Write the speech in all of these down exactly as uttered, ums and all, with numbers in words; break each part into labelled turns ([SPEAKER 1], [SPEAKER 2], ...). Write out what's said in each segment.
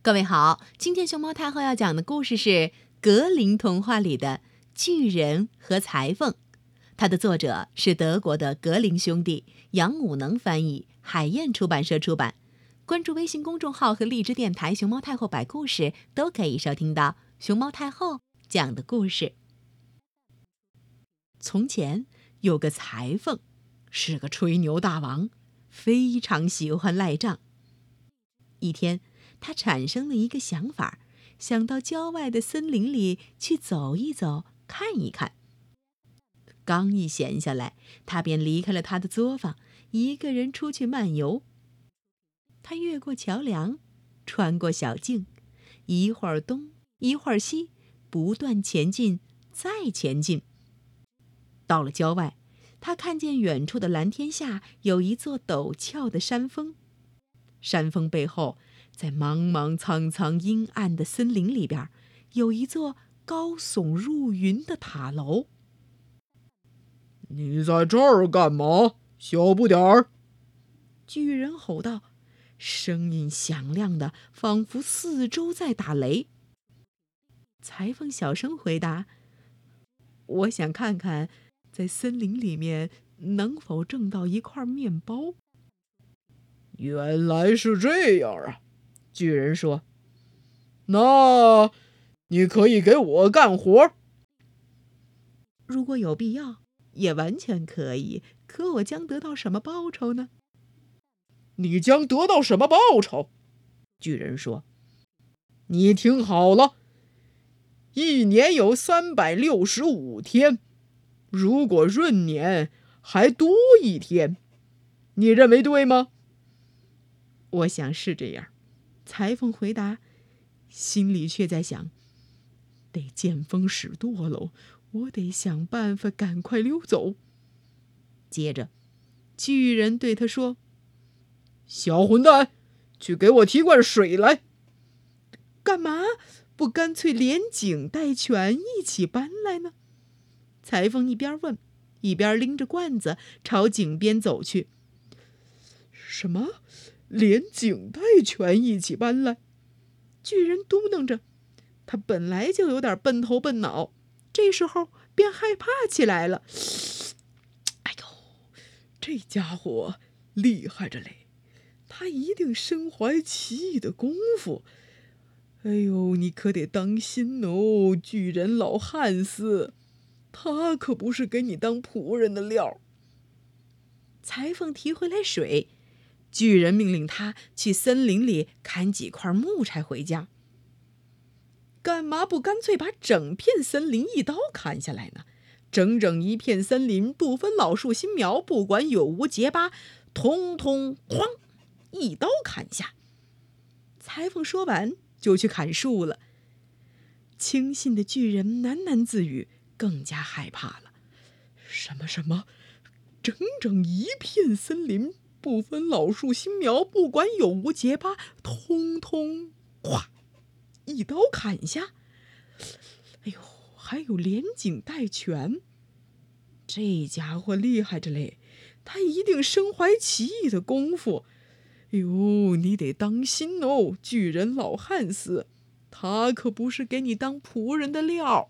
[SPEAKER 1] 各位好，今天熊猫太后要讲的故事是格林童话里的巨人和裁缝，它的作者是德国的格林兄弟，杨武能翻译，海燕出版社出版。关注微信公众号和荔枝电台熊猫太后摆故事，都可以收听到熊猫太后讲的故事。从前有个裁缝，是个吹牛大王，非常喜欢赖账。一天他产生了一个想法，想到郊外的森林里去走一走，看一看。刚一闲下来，他便离开了他的作坊，一个人出去漫游。他越过桥梁，穿过小径，一会儿东，一会儿西，不断前进，再前进。到了郊外，他看见远处的蓝天下有一座陡峭的山峰，山峰背后，在茫茫苍苍阴暗的森林里边，有一座高耸入云的塔楼。
[SPEAKER 2] 你在这儿干嘛？小不点儿！
[SPEAKER 1] 巨人吼道，声音响亮的，仿佛四周在打雷。裁缝小声回答：我想看看，在森林里面能否挣到一块面包。
[SPEAKER 2] 原来是这样啊，巨人说。那你可以给我干活。
[SPEAKER 1] 如果有必要，也完全可以，可我将得到什么报酬呢？
[SPEAKER 2] 你将得到什么报酬？巨人说。你听好了，一年有三百六十五天，如果闰年还多一天，你认为对吗？
[SPEAKER 1] 我想是这样，裁缝回答，心里却在想，得见风使舵喽，我得想办法赶快溜走。接着，巨人对他说：
[SPEAKER 2] 小混蛋，去给我提罐水来。
[SPEAKER 1] 干嘛不干脆连井带泉一起搬来呢？裁缝一边问，一边拎着罐子朝井边走去。
[SPEAKER 2] 什么？连井带泉一起搬来？
[SPEAKER 1] 巨人嘟囔着，他本来就有点笨头笨脑，这时候便害怕起来了。
[SPEAKER 2] 哎呦，这家伙厉害着嘞，他一定身怀奇异的功夫。哎呦，你可得当心哦，巨人老汉斯，他可不是给你当仆人的料。
[SPEAKER 1] 裁缝提回来水，巨人命令他去森林里砍几块木柴回家。干嘛不干脆把整片森林一刀砍下来呢？整整一片森林，不分老树新苗，不管有无结疤，通通哐一刀砍下。裁缝说完就去砍树了。轻信的巨人喃喃自语，更加害怕了。
[SPEAKER 2] 什么什么？整整一片森林，不分老树新苗，不管有无结疤，通通咵一刀砍下。哎呦，还有连井带泉，这家伙厉害着嘞，他一定身怀奇异的功夫。哎呦，你得当心哦，巨人老汉斯，他可不是给你当仆人的料。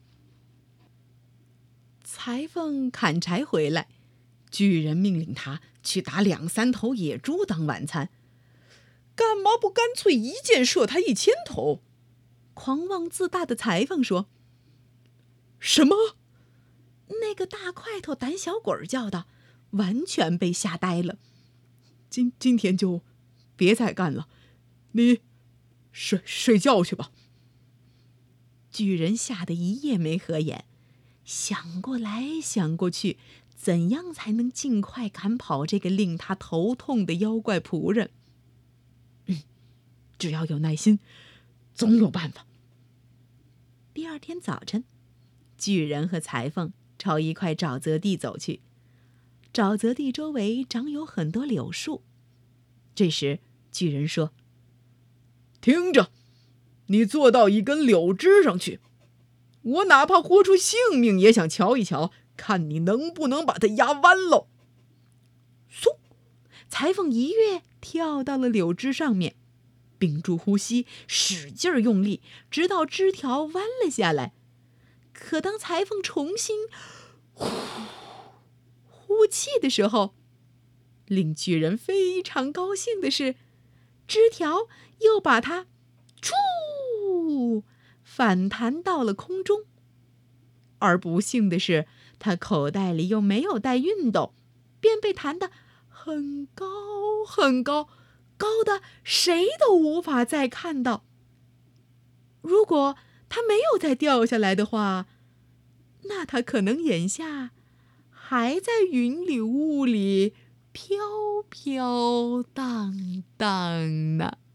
[SPEAKER 1] 裁缝砍柴回来，巨人命令他去打两三头野猪当晚餐。干嘛不干脆一箭射他一千头？狂妄自大的裁缝说。
[SPEAKER 2] 什么？
[SPEAKER 1] 那个大块头胆小鬼叫道，完全被吓呆了。
[SPEAKER 2] 今今天就别再干了，你睡睡觉去吧。
[SPEAKER 1] 巨人吓得一夜没合眼，想过来想过去，怎样才能尽快赶跑这个令他头痛的妖怪仆人？嗯，只要有耐心，总有办法。第二天早晨，巨人和裁缝朝一块沼泽地走去。沼泽地周围长有很多柳树。这时，巨人说：
[SPEAKER 2] 听着，你坐到一根柳枝上去，我哪怕豁出性命也想瞧一瞧，看你能不能把它压弯喽。
[SPEAKER 1] 嗖，裁缝一跃跳到了柳枝上面。 屏住呼吸，使劲儿用力，直到枝条弯了下来。可当裁缝重新呼呼气的时候，令巨人非常高兴的是，枝条又把它咻反弹到了空中。而不幸的是，他口袋里又没有带熨斗，便被弹得很高很高，高的谁都无法再看到。如果他没有再掉下来的话，那他可能眼下还在云里雾里飘飘荡荡呢。